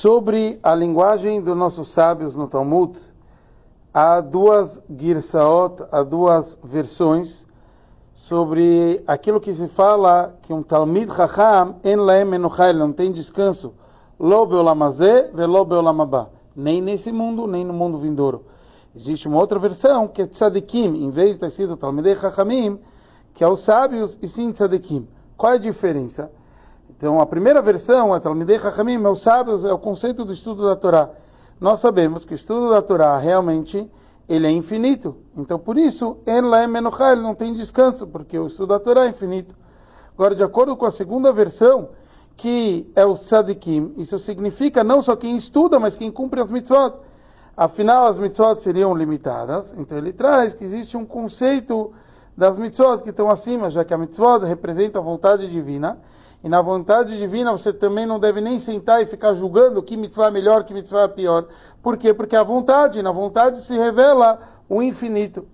Sobre a linguagem dos nossos sábios no Talmud, há duas girsaot, há duas versões sobre aquilo que se fala que um Talmid Chacham en laem menucha, ele não tem descanso, lo beolam hazeh velo beolam haba, nem nesse mundo, nem no mundo vindouro. Existe uma outra versão que é tzadikim, em vez de ter sido Talmidei Chachamim, que é os sábios, e sim tzadikim. Qual é a diferença? Então, a primeira versão, a Talmidei Chachamim, é os sábios, é o conceito do estudo da Torá. Nós sabemos que o estudo da Torá realmente ele é infinito. Então, por isso, en laem menucha, ele não tem descanso, porque o estudo da Torá é infinito. Agora, de acordo com a segunda versão, que é o tzadikim, isso significa não só quem estuda, mas quem cumpre as mitzvot. Afinal, as mitzvot seriam limitadas. Então, ele traz que existe um conceito das mitzvot que estão acima, já que a mitzvot representa a vontade divina. E na vontade divina você também não deve nem sentar e ficar julgando que mitzvah é melhor, que mitzvah é pior. Por quê? Porque na vontade se revela o infinito.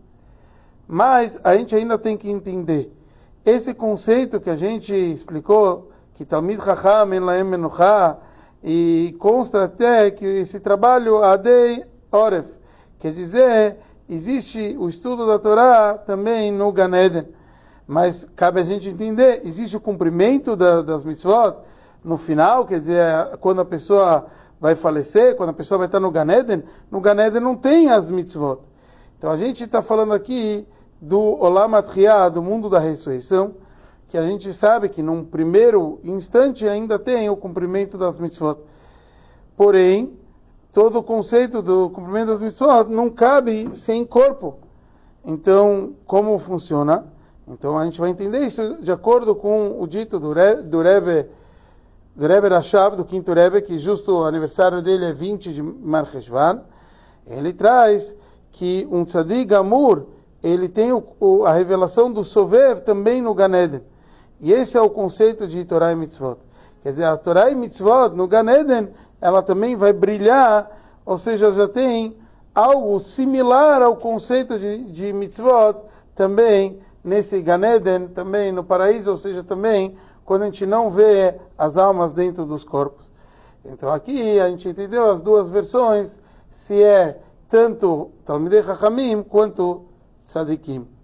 Mas a gente ainda tem que entender esse conceito que a gente explicou, que Talmid Chacham en laem menucha, e consta até que esse trabalho Adei Oref, quer dizer, existe o estudo da Torá também no Gan Eden. Mas cabe a gente entender, existe o cumprimento das mitzvot no final, quer dizer, quando a pessoa vai falecer, quando a pessoa vai estar no Gan Eden não tem as mitzvot. Então a gente está falando aqui do Olam Atchiyah, do mundo da ressurreição, que a gente sabe que num primeiro instante ainda tem o cumprimento das mitzvot. Porém, todo o conceito do cumprimento das mitzvot não cabe sem corpo. Então, como funciona? Então a gente vai entender isso de acordo com o dito do Rebbe Rashab, do quinto Rebbe, que justo o aniversário dele é 20 de Mar Cheshvan. Ele traz que um tzadik gamur, ele tem a revelação do Sovev também no Gan Eden. E esse é o conceito de Torá e Mitzvot. Quer dizer, a Torá e Mitzvot no Gan Eden, ela também vai brilhar, ou seja, já tem algo similar ao conceito de Mitzvot também nesse Gan Eden, também no paraíso, ou seja, também quando a gente não vê as almas dentro dos corpos. Então aqui a gente entendeu as duas versões, se é tanto Talmidei Chachamim quanto Tzadikim.